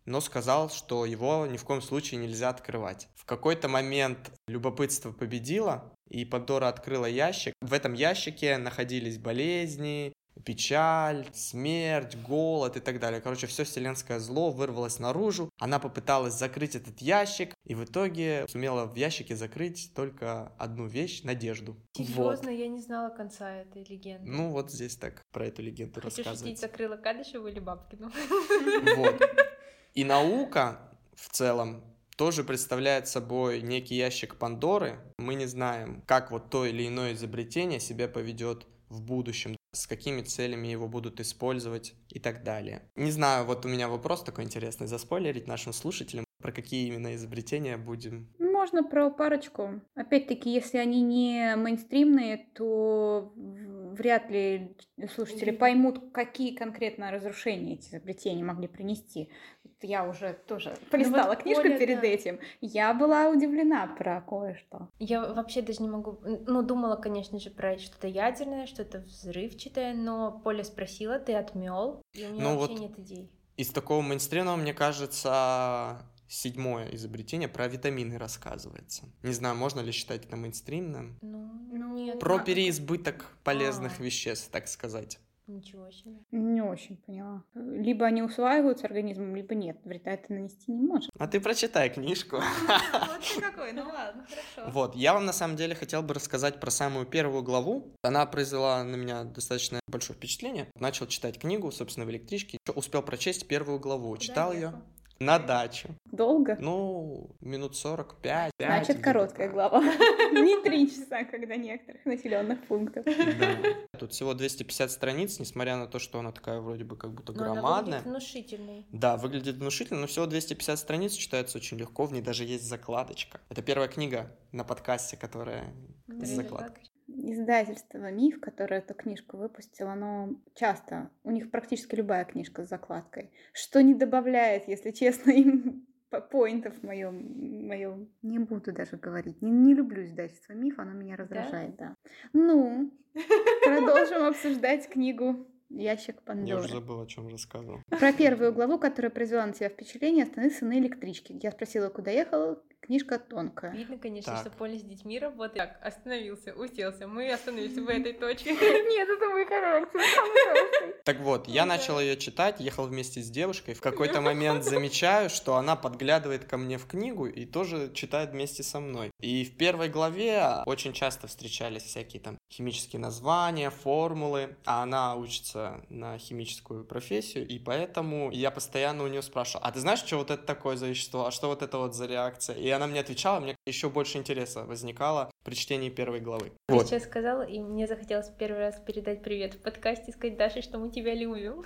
но сказал, что его ни в коем случае нельзя открывать. В какой-то момент любопытство победило, и Пандора открыла ящик. В этом ящике находились болезни, печаль, смерть, голод и так далее. Короче, все вселенское зло вырвалось наружу. Она попыталась закрыть этот ящик, и в итоге сумела в ящике закрыть только одну вещь — надежду. Серьезно, Вот. я не знала конца этой легенды. Ну, вот здесь так про эту легенду Хочу шутить, рассказывается. закрыла Кадышеву или Бабкину. Вот. И наука в целом тоже представляет собой некий ящик Пандоры. Мы не знаем, как вот то или иное изобретение себя поведет в будущем, с какими целями его будут использовать и так далее. Не знаю, вот у меня вопрос такой интересный, заспойлерить нашим слушателям, про какие именно изобретения будем. Можно про парочку. Опять-таки, если они не мейнстримные, то вряд ли слушатели поймут, какие конкретно разрушения эти изобретения могли принести. Я уже тоже полистала вот книжку Оля, перед да. этим. Я была удивлена про кое-что. Я вообще даже не могу... Ну, думала, конечно же, про что-то ядерное, что-то взрывчатое, но Поля спросила, ты отмел, и у меня Ну вообще вот нет идей. Из такого мейнстримного, мне кажется, седьмое изобретение про витамины рассказывается. Не знаю, можно ли считать это мейнстримным. Ну, Ну, нет. Про а- переизбыток полезных А. веществ, так сказать. Ничего себе. Не очень поняла. Либо они усваиваются организмом, либо нет. Вреда это нанести не может. А ты прочитай книжку. Вот ты какой, ну ладно, хорошо. Вот, я вам на самом деле хотел бы рассказать про самую первую главу. Она произвела на меня достаточно большое впечатление. Начал читать книгу, собственно, в электричке. Успел прочесть первую главу. Читал ее на дачу. Долго? Ну, минут сорок пять. Значит, короткая глава. Не три часа, когда некоторых населенных пунктов. Да. Тут всего двести пятьдесят страниц, несмотря на то, что она такая вроде бы как будто Но она громадная. выглядит внушительной. Да, выглядит внушительно, но всего двести пятьдесят страниц, читается очень легко, в ней даже есть закладочка. Это первая книга на подкасте, которая с Которая закладкой. Издательство «Миф», которое эту книжку выпустило, оно часто, у них практически любая книжка с закладкой, что не добавляет, если честно, им по- поинтов в моем, моем. Не буду даже говорить. Не, не люблю издательство «Миф», оно меня раздражает, да. Ну, продолжим обсуждать книгу «Ящик Я уже Пандоры». забыл, о чем рассказывал. Про первую главу, которая произвела на тебя впечатление, остановился на электричке. Я спросила, куда ехала. Книжка тонкая. Видно, конечно, Так. что Поля с детьми работает. Так, остановился, уселся. Мы остановились в этой точке. Нет, это мой характер. самый хороший. Так вот, я Да. начал ее читать, ехал вместе с девушкой. В какой-то момент замечаю, что она подглядывает ко мне в книгу и тоже читает вместе со мной. И в первой главе очень часто встречались всякие там химические названия, формулы, а она учится на химическую профессию, и поэтому я постоянно у нее спрашивал: а ты знаешь, что вот это такое за вещество, а что вот это вот за реакция? И она мне отвечала, мне еще больше интереса возникало при чтении первой главы. Ты Вот. сейчас сказала, и мне захотелось первый раз передать привет в подкасте и сказать Даше, что мы тебя любим.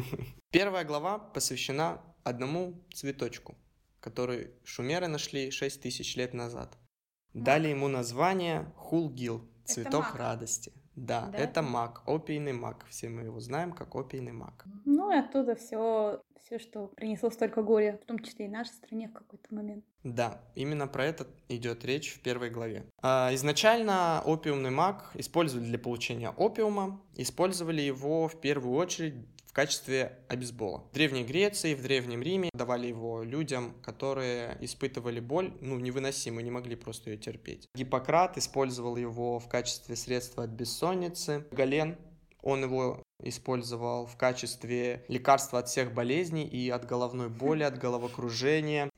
Первая глава посвящена одному цветочку, который шумеры нашли шесть тысяч лет назад. Дали ему название хулгил, цветок мак. радости. Да, Да? это мак, опийный мак. Все мы его знаем как опийный мак. Ну и оттуда все, все, что принесло столько горя, в том числе и нашей стране в какой-то момент. Да, именно про это идет речь в первой главе. А, изначально опиумный мак использовали для получения опиума, использовали его в первую очередь в качестве обезбола. В Древней Греции, в Древнем Риме давали его людям, которые испытывали боль, ну, невыносимо, не могли просто ее терпеть. Гиппократ использовал его в качестве средства от бессонницы. Гален, он его использовал в качестве лекарства от всех болезней и от головной боли, от головокружения.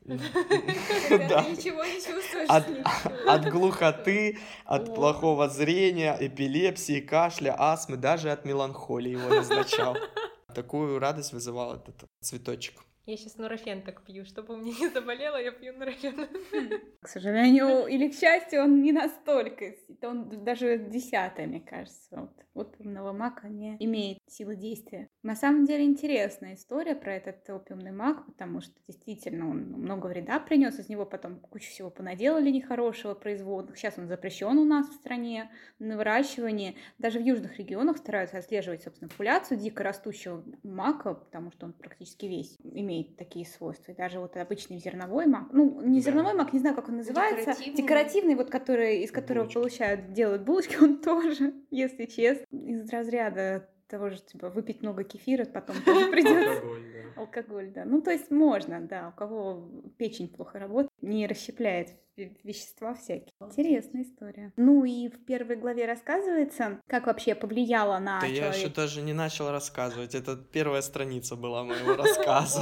Да. Ничего не чувствуешь. От, от глухоты, от О. плохого зрения, эпилепсии, кашля, астмы, даже от меланхолии его назначал. Такую радость вызывал этот цветочек. Я сейчас нурофен так пью, чтобы у меня не заболело, я пью нурофен. К сожалению, или к счастью, он не настолько. Это он даже десятое, мне кажется. Вот, вот опиумного мака не имеет силы действия. На самом деле интересная история про этот опиумный мак, потому что действительно он много вреда принес, из него потом кучу всего понаделали нехорошего производных. Сейчас он запрещен у нас в стране на выращивание. Даже в южных регионах стараются отслеживать, собственно, популяцию дико растущего мака, потому что он практически весь имеет такие свойства. И даже вот обычный зерновой мак, ну, не Да. зерновой мак, не знаю, как он называется, Декоративный. декоративный, вот который, из которого Булочки. получают, делают булочки, он тоже, если честно, из разряда того же, типа, выпить много кефира, потом тоже придется. Алкоголь, да. Алкоголь, да. Ну, то есть можно, да, у кого печень плохо работает, не расщепляет ве- вещества всякие. Интересная история. Ну и в первой главе рассказывается, как вообще повлияло на Да я еще человека. даже не начал рассказывать. Это первая страница была моего рассказа.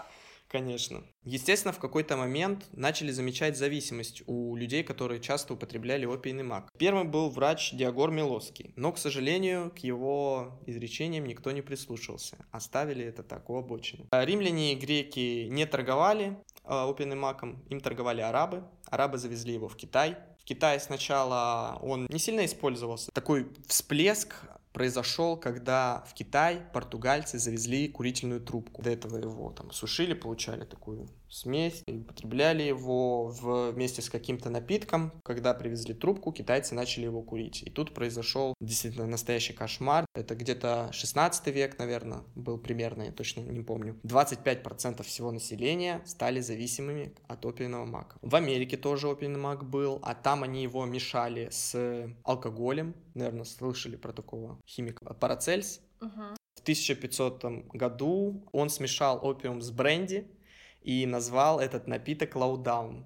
Конечно. Естественно, в какой-то момент начали замечать зависимость у людей, которые часто употребляли опийный мак. Первым был врач Диагор Милоский, но, к сожалению, к его изречениям никто не прислушался. Оставили это так, у обочины. А римляне и греки не торговали а, опийным маком, им торговали арабы. Арабы завезли его в Китай. В Китае сначала он не сильно использовался. Такой всплеск произошел, когда в Китай португальцы завезли курительную трубку. До этого его там сушили, получали такую смесь и употребляли его в- вместе с каким-то напитком. Когда привезли трубку, китайцы начали его курить. И тут произошел действительно настоящий кошмар. Это где-то шестнадцатый век, наверное, был примерно, я точно не помню. двадцать пять процентов всего населения стали зависимыми от опийного мака. В Америке тоже опийный мак был, а там они его мешали с алкоголем. Наверное, слышали про такого химика Парацельс. Мгм. В тысяча пятисотом году он смешал опиум с бренди и назвал этот напиток лоудаун.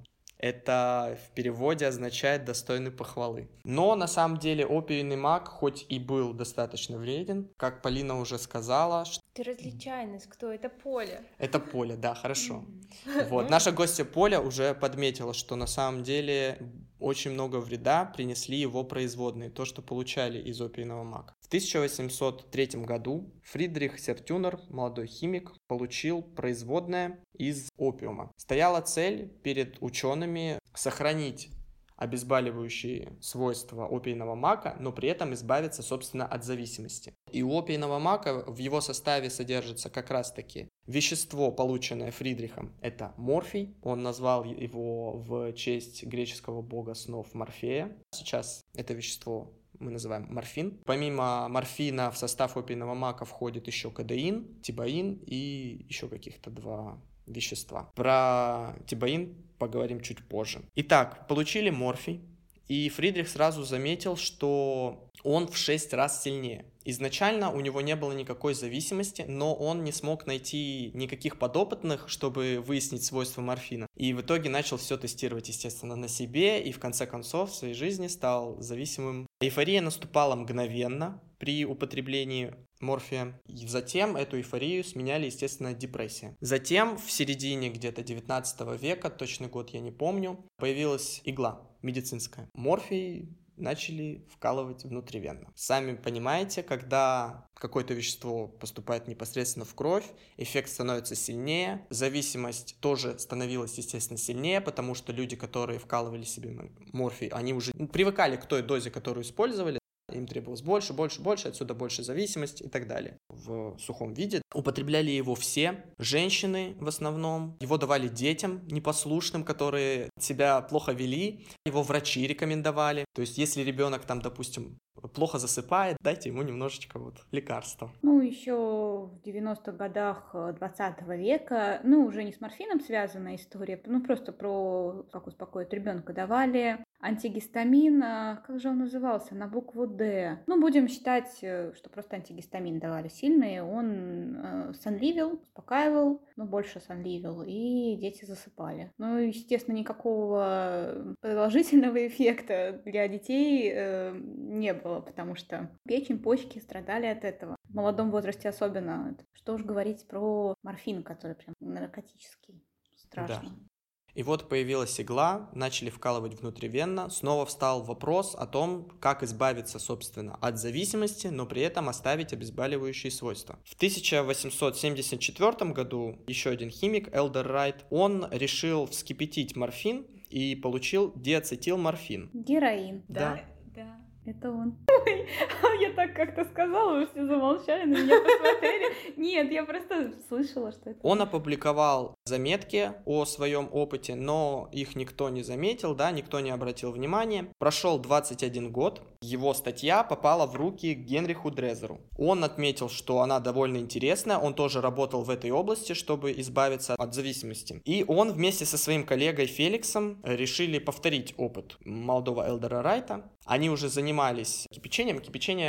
Это в переводе означает «достойный похвалы». Но на самом деле опийный мак, хоть и был достаточно вреден, как Полина уже сказала, ш- Ты различай нас, кто это Поля. это Поля, да, хорошо. Вот, наша гостья Поля уже подметила, что на самом деле очень много вреда принесли его производные, то, что получали из опийного мака. В тысяча восемьсот третьем году Фридрих Сертюнер, молодой химик, получил производное из опиума. Стояла цель перед учеными сохранить обезболивающие свойства опийного мака, но при этом избавиться, собственно, от зависимости. И у опийного мака в его составе содержится как раз-таки вещество, полученное Фридрихом, это морфий. Он назвал его в честь греческого бога снов Морфея. Сейчас это вещество мы называем морфин. Помимо морфина в состав опийного мака входит еще кодеин, тибаин и еще каких-то два вещества. Про тибаин поговорим чуть позже. Итак, получили морфий, и Фридрих сразу заметил, что он в шесть раз сильнее. Изначально у него не было никакой зависимости, но он не смог найти никаких подопытных, чтобы выяснить свойства морфина. И в итоге начал все тестировать, естественно, на себе, и в конце концов в своей жизни стал зависимым. Эйфория наступала мгновенно при употреблении морфия. И затем эту эйфорию сменяли, естественно, депрессия. Затем в середине где-то девятнадцатого века, точный год я не помню, появилась игла медицинская. Морфий начали вкалывать внутривенно. Сами понимаете, когда какое-то вещество поступает непосредственно в кровь, эффект становится сильнее, зависимость тоже становилась, естественно, сильнее, потому что люди, которые вкалывали себе морфий, они уже привыкали к той дозе, которую использовали, им требовалось больше, больше, больше, отсюда больше зависимость и так далее. В сухом виде употребляли его все, женщины в основном. Его давали детям непослушным, которые себя плохо вели. Его врачи рекомендовали. То есть, если ребенок там, допустим, плохо засыпает, дайте ему немножечко вот лекарства. Ну, еще в девяностых годах двадцатого века, ну, уже не с морфином связанная история, ну, просто про, как успокоить ребенка, давали антигистамин, а как же он назывался, на букву «Д». Ну, будем считать, что просто антигистамин давали сильный, он э, сонливил, успокаивал, ну, больше сонливил, и дети засыпали. Ну, естественно, никакого продолжительного эффекта для детей э, не было, потому что печень, почки страдали от этого. В молодом возрасте особенно. Что уж говорить про морфин, который прям наркотический. Страшно. Да. И вот появилась игла, начали вкалывать внутривенно, снова встал вопрос о том, как избавиться, собственно, от зависимости, но при этом оставить обезболивающие свойства. В тысяча восемьсот семьдесят четвёртом году еще один химик, Элдер Райт, он решил вскипятить морфин и получил диацетилморфин. Героин. Да. Да. Это он. Ой, я так как-то сказала, вы все замолчали, на меня посмотрели. Нет, я просто слышала, что это. Он опубликовал заметки о своем опыте, но их никто не заметил, да, никто не обратил внимания. Прошел двадцать один год, его статья попала в руки Генриху Дрезеру. Он отметил, что она довольно интересная, он тоже работал в этой области, чтобы избавиться от зависимости. И он вместе со своим коллегой Феликсом решили повторить опыт молодого Элдера Райта. Они уже занимались кипячением. Кипячение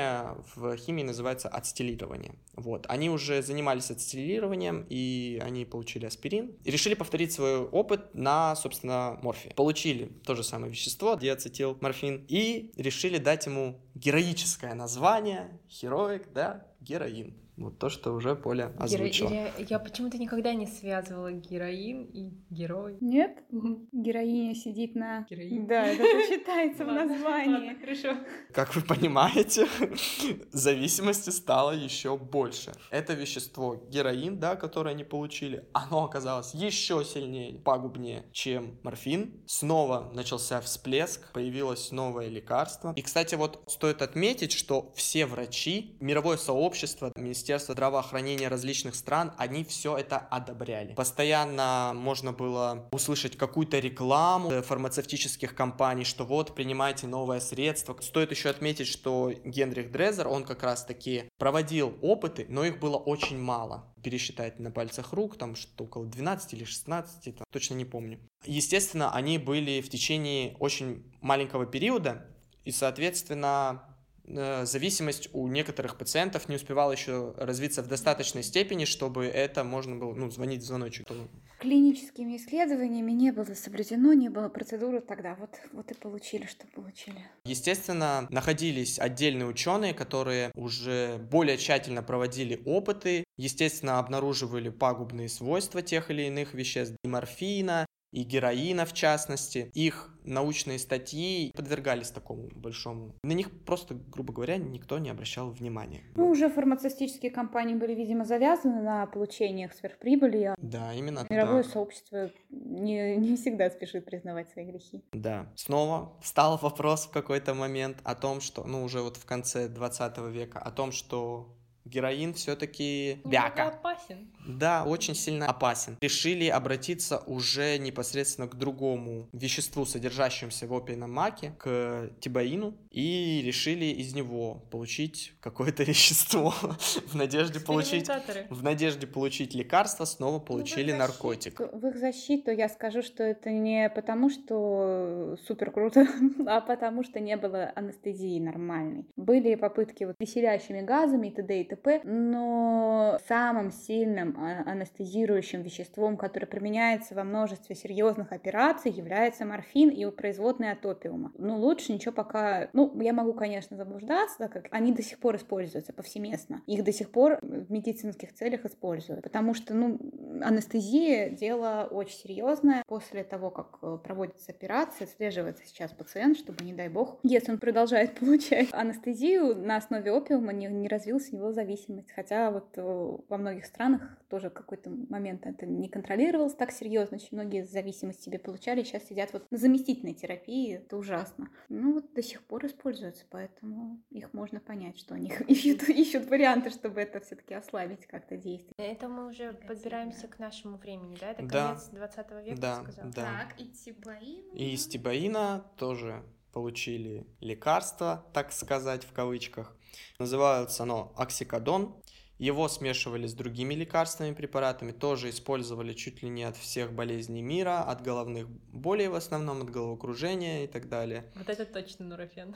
явление в химии называется ацетилирование. Вот. Они уже занимались ацетилированием, и они получили аспирин. И решили повторить свой опыт на, собственно, морфии. Получили то же самое вещество, диацетилморфин, и решили дать ему героическое название, heroic, да, героин. Вот то, что уже Поля озвучила. Геро... Я, я почему-то никогда не связывала героин и герой. Нет? Героиня сидит на... Героин. Да, это же считается в Ладно, названии. ладно, хорошо. Как вы понимаете, зависимости стало еще больше. Это вещество героин, да, которое они получили, оно оказалось еще сильнее, пагубнее, чем морфин. Снова начался всплеск, появилось новое лекарство. И, кстати, вот стоит отметить, что все врачи, мировое сообщество, Министерство здравоохранения различных стран, они все это одобряли. Постоянно можно было услышать какую-то рекламу фармацевтических компаний, что вот, принимайте новое средство. Стоит еще отметить, что Генрих Дрезер, он как раз-таки проводил опыты, но их было очень мало. Пересчитать на пальцах рук, там что около двенадцати или шестнадцати, там, точно не помню. Естественно, они были в течение очень маленького периода, и, соответственно, зависимость у некоторых пациентов не успевала еще развиться в достаточной степени, чтобы это можно было, ну, звонить в звоночек. Клиническими исследованиями не было соблюдено, не было процедуры тогда. Вот, вот и получили, что получили. Естественно, находились отдельные ученые, которые уже более тщательно проводили опыты, естественно, обнаруживали пагубные свойства тех или иных веществ, и морфина, и героина в частности. Их научные статьи подвергались такому большому... На них просто, грубо говоря, никто не обращал внимания. Ну, уже фармацевтические компании были, видимо, завязаны на получениях сверхприбыли. Да, именно так. Мировое сообщество не, не всегда спешит признавать свои грехи. Да. Снова встал вопрос в какой-то момент о том, что, ну, уже вот в конце двадцатого века, о том, что героин все-таки бяка. Опасен. Да, очень сильно опасен. Решили обратиться уже непосредственно к другому веществу, содержащемуся в опийном маке, к тибаину, и решили из него получить какое-то вещество в надежде получить, в надежде получить лекарство, снова получили ну, наркотик. В их защиту я скажу, что это не потому, что супер круто, а потому что не было анестезии нормальной. Были попытки вот веселящими газами и т.д. и т.п., но самым сильным анестезирующим веществом, которое применяется во множестве серьезных операций, является морфин и производные от опиума. Ну, лучше ничего пока... Ну, я могу, конечно, заблуждаться, так как они до сих пор используются повсеместно. Их до сих пор в медицинских целях используют. Потому что, ну, анестезия — дело очень серьезное. После того, как проводится операция, отслеживается сейчас пациент, чтобы, не дай бог, если он продолжает получать анестезию, на основе опиума не, не развилась у него зависимость. Хотя вот во многих странах тоже какой-то момент это не контролировалось так серьезно. Очень многие зависимости себе получали, сейчас сидят вот на заместительной терапии. Это ужасно. Ну вот до сих пор используются, поэтому их можно понять, что они ищут, ищут варианты, чтобы это все-таки ослабить как-то действие. Это мы уже подбираемся к нашему времени, да? Это да. конец двадцатого века, да, ты сказал? Да. Так, и тибаин. И из тибаина тоже получили лекарство, так сказать, в кавычках. Называется оно оксикодон. Его смешивали с другими лекарственными препаратами, тоже использовали чуть ли не от всех болезней мира, от головных болей в основном, от головокружения и так далее. Вот это точно нурофен.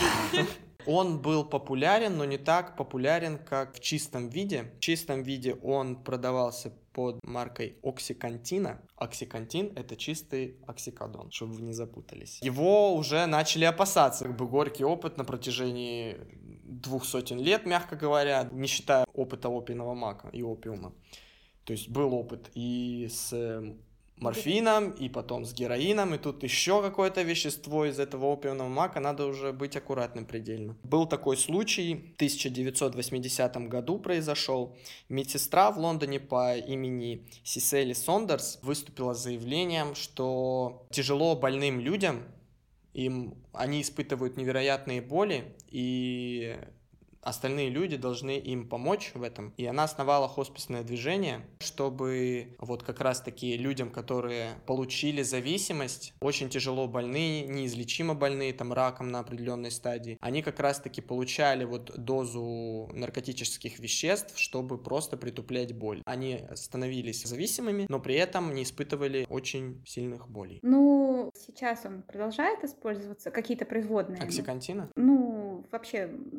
Он был популярен, но не так популярен, как в чистом виде. В чистом виде он продавался под маркой оксикантина. Оксикантин — это чистый оксикодон, чтобы вы не запутались. Его уже начали опасаться. Как бы горький опыт на протяжении двух сотен лет, мягко говоря, не считая опыта опийного мака и опиума. То есть был опыт и с морфином, и потом с героином, и тут еще какое-то вещество из этого опиумного мака, надо уже быть аккуратным предельно. Был такой случай, в тысяча девятьсот восьмидесятом году произошел. Медсестра в Лондоне по имени Сисели Сондерс выступила с заявлением, что тяжело больным людям, им, они испытывают невероятные боли, и остальные люди должны им помочь в этом. И она основала хосписное движение, чтобы вот как раз-таки людям, которые получили зависимость, очень тяжело больные, неизлечимо больные, там раком на определенной стадии, они как раз-таки получали вот дозу наркотических веществ, чтобы просто притуплять боль. Они становились зависимыми, но при этом не испытывали очень сильных болей. Ну, сейчас он продолжает использоваться, какие-то производные. Оксикантина? Ну, вообще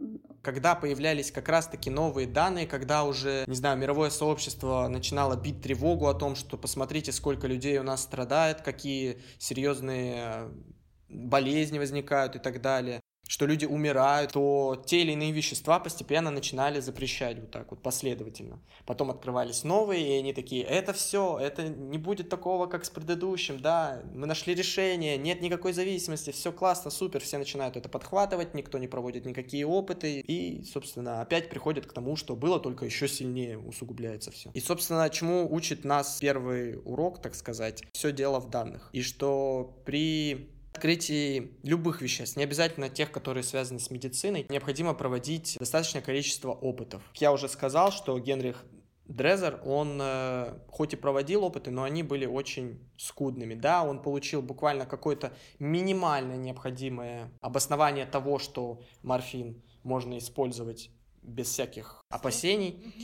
когда появлялись как раз-таки новые данные, когда уже, не знаю, мировое сообщество начинало бить тревогу о том, что посмотрите, сколько людей у нас страдает, какие серьезные болезни возникают и так далее, что люди умирают, то те или иные вещества постепенно начинали запрещать вот так вот последовательно. Потом открывались новые, и они такие: это все, это не будет такого, как с предыдущим, да, мы нашли решение, нет никакой зависимости, все классно, супер, все начинают это подхватывать, никто не проводит никакие опыты, и, собственно, опять приходит к тому, что было, только еще сильнее усугубляется все. И, собственно, чему учит нас первый урок, так сказать, все дело в данных. И что при открытии любых веществ, не обязательно тех, которые связаны с медициной, необходимо проводить достаточное количество опытов. Я уже сказал, что Генрих Дрезер, он э, хоть и проводил опыты, но они были очень скудными. Да, он получил буквально какое-то минимально необходимое обоснование того, что морфин можно использовать без всяких опасений,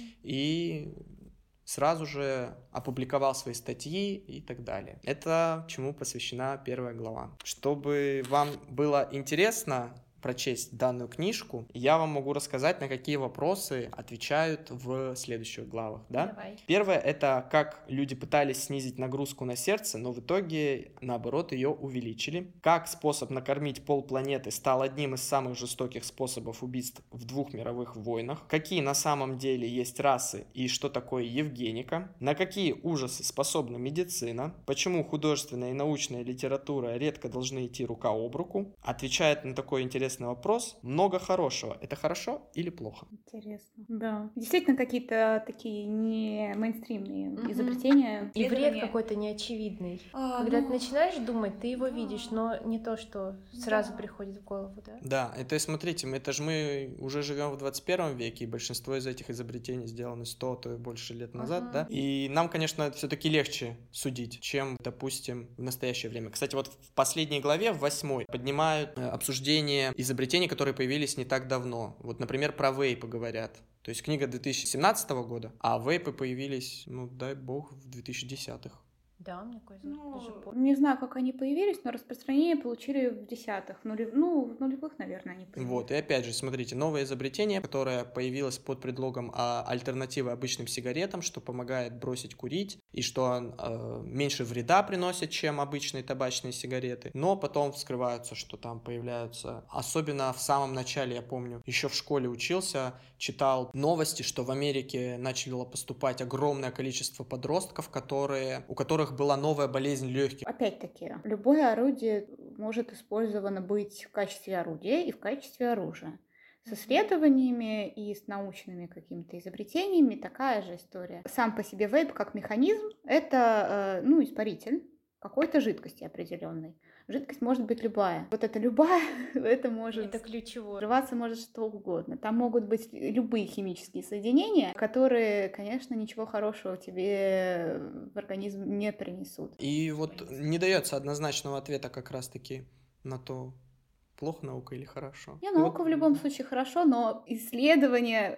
и сразу же опубликовал свои статьи и так далее. Это чему посвящена первая глава. Чтобы вам было интересно прочесть данную книжку, я вам могу рассказать, на какие вопросы отвечают в следующих главах. Да? Давай. Первое — это как люди пытались снизить нагрузку на сердце, но в итоге, наоборот, ее увеличили. Как способ накормить полпланеты стал одним из самых жестоких способов убийств в двух мировых войнах. Какие на самом деле есть расы и что такое евгеника. На какие ужасы способна медицина. Почему художественная и научная литература редко должны идти рука об руку. Отвечает на такой интересный вопрос много хорошего. Это хорошо или плохо? Интересно. Да. Действительно, какие-то такие не мейнстримные Мгм. изобретения. И вред исследования. какой-то неочевидный. А, Когда ну, ты начинаешь думать, ты его видишь, но не то, что сразу Да. приходит в голову, да? Да, это смотрите, мы- это же мы уже живем в двадцать первом веке, и большинство из этих изобретений сделаны сто, то и больше лет назад, Ага. да? И нам, конечно, все-таки легче судить, чем, допустим, в настоящее время. Кстати, вот в последней главе, в восьмой, поднимают э, обсуждение изобретений, которые появились не так давно. Вот, например, про вейпы говорят. То есть книга две тысячи семнадцатого года, а вейпы появились, ну, дай бог, в две тысячи десятых. Да, мне кажется, Ну, даже позже. не знаю, как они появились, но распространение получили в десятых. Нулев... Ну, в нулевых, наверное, они появились. Вот, и опять же, смотрите, новое изобретение, которое появилось под предлогом а, альтернативы обычным сигаретам, что помогает бросить курить, и что а, меньше вреда приносит, чем обычные табачные сигареты. Но потом вскрываются, что там появляются, особенно в самом начале, я помню, еще в школе учился, читал новости, что в Америке начало поступать огромное количество подростков, которые, у которых была новая болезнь легких. Опять-таки, любое орудие может использовано быть в качестве орудия и в качестве оружия. С исследованиями и с научными какими-то изобретениями такая же история. Сам по себе вейп как механизм — это, э, ну, испаритель какой-то жидкости определенной. Жидкость может быть любая. Вот это любая, это может... Это ключевое. Взрываться может что угодно. Там могут быть любые химические соединения, которые, конечно, ничего хорошего тебе в организм не принесут. И вот не дается однозначного ответа как раз-таки на то, плохо наука или хорошо. Не, Ну наука вот, в любом случае хорошо, но исследования,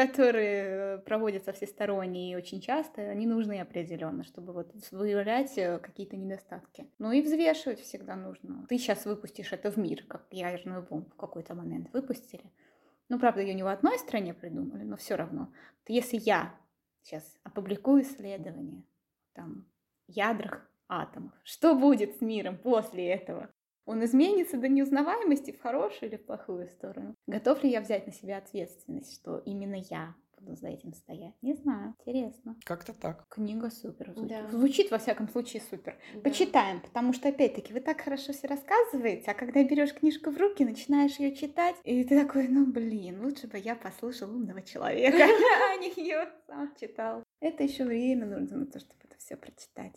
которые проводятся всесторонние и очень часто, они нужны определенно, чтобы вот выявлять какие-то недостатки. Ну и взвешивать всегда нужно. Ты сейчас выпустишь это в мир, как ядерную бомбу в какой-то момент выпустили. Ну, правда, ее не в одной стране придумали, но все равно. То если я сейчас опубликую исследование там ядрах атомов, что будет с миром после этого? Он изменится до неузнаваемости в хорошую или в плохую сторону? Готов ли я взять на себя ответственность, что именно я буду за этим стоять? Не знаю. Интересно. как-то так. Книга супер. Звучит, Да. звучит во всяком случае супер. Да. Почитаем, потому что, опять-таки, вы так хорошо все рассказываете, а когда берешь книжку в руки, начинаешь ее читать, и ты такой, ну блин, лучше бы я послушал умного человека, а не ее сам читал. Это еще время нужно на то, чтобы это все прочитать.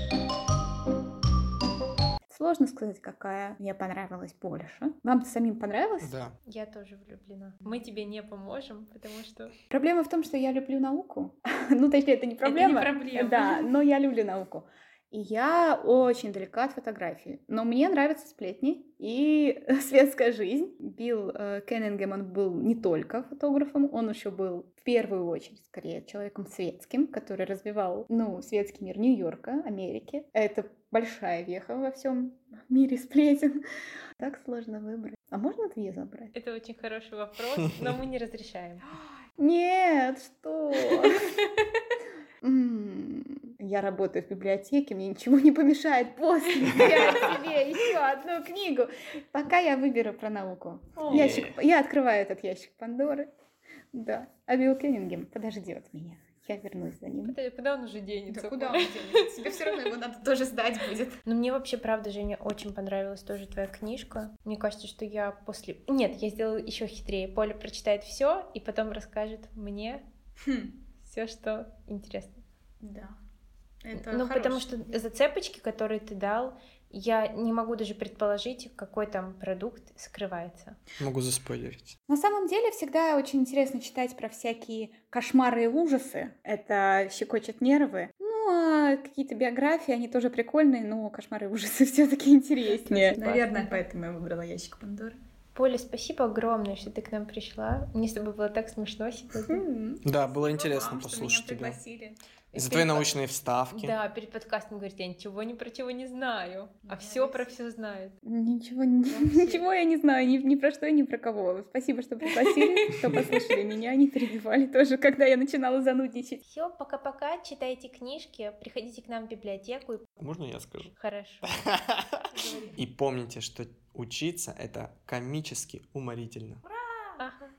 Сложно сказать, какая мне понравилась больше. Вам самим понравилось? Да. Я тоже влюблена. Мы тебе не поможем, потому что... Проблема в том, что я люблю науку. Ну, точнее, это не проблема. Это не проблема. Да, но я люблю науку. И я очень далека от фотографии. Но мне нравятся сплетни и светская жизнь. Билл э, Кеннингем, он был не только фотографом, он еще был в первую очередь, скорее, человеком светским, который развивал, ну, светский мир Нью-Йорка, Америки. Это большая веха во всем мире сплетен. Так сложно выбрать. А можно две забрать? Это очень хороший вопрос, но мы не разрешаем. Нет, что? М, Я работаю в библиотеке, мне ничего не помешает после взять себе еще одну книгу, пока я выберу про науку. Ящик, я открываю этот ящик Пандоры. Да. А Билл Кеннингем подождет меня. Я вернусь за ним. Куда, куда он уже денется? Да куда он денется? Тебе все равно его надо тоже сдать будет. Но мне вообще, правда, Женя, очень понравилась тоже твоя книжка. Мне кажется, что я после... Нет, я сделаю еще хитрее. Поля прочитает все и потом расскажет мне все, что интересно. Да. Это Ну, потому хорошая что зацепочки, которые ты дал, я не могу даже предположить, какой там продукт скрывается. Могу заспойлерить. На самом деле всегда очень интересно читать про всякие кошмары и ужасы. Это щекочет нервы. Ну, а какие-то биографии, они тоже прикольные, но кошмары и ужасы все-таки интереснее. Согласна. Наверное, поэтому я выбрала ящик Пандоры. Поля, спасибо огромное, что ты к нам пришла. Мне с тобой было так смешно сегодня. М. Да, было интересно Вам, что послушать меня тебя. пригласили. И за И твои перед- научные вставки. Да, перед подкастом говорит, я ничего ни про чего не знаю, а Молодец. все про все знает. Ничего, ничего я не знаю, ни, ни про что и ни про кого. Спасибо, что пригласили, что послушали меня, не перебивали тоже, когда я начинала занудничать. Все, пока-пока, читайте книжки, приходите к нам в библиотеку. и- Можно я скажу? Хорошо. И помните, что учиться — это комически уморительно.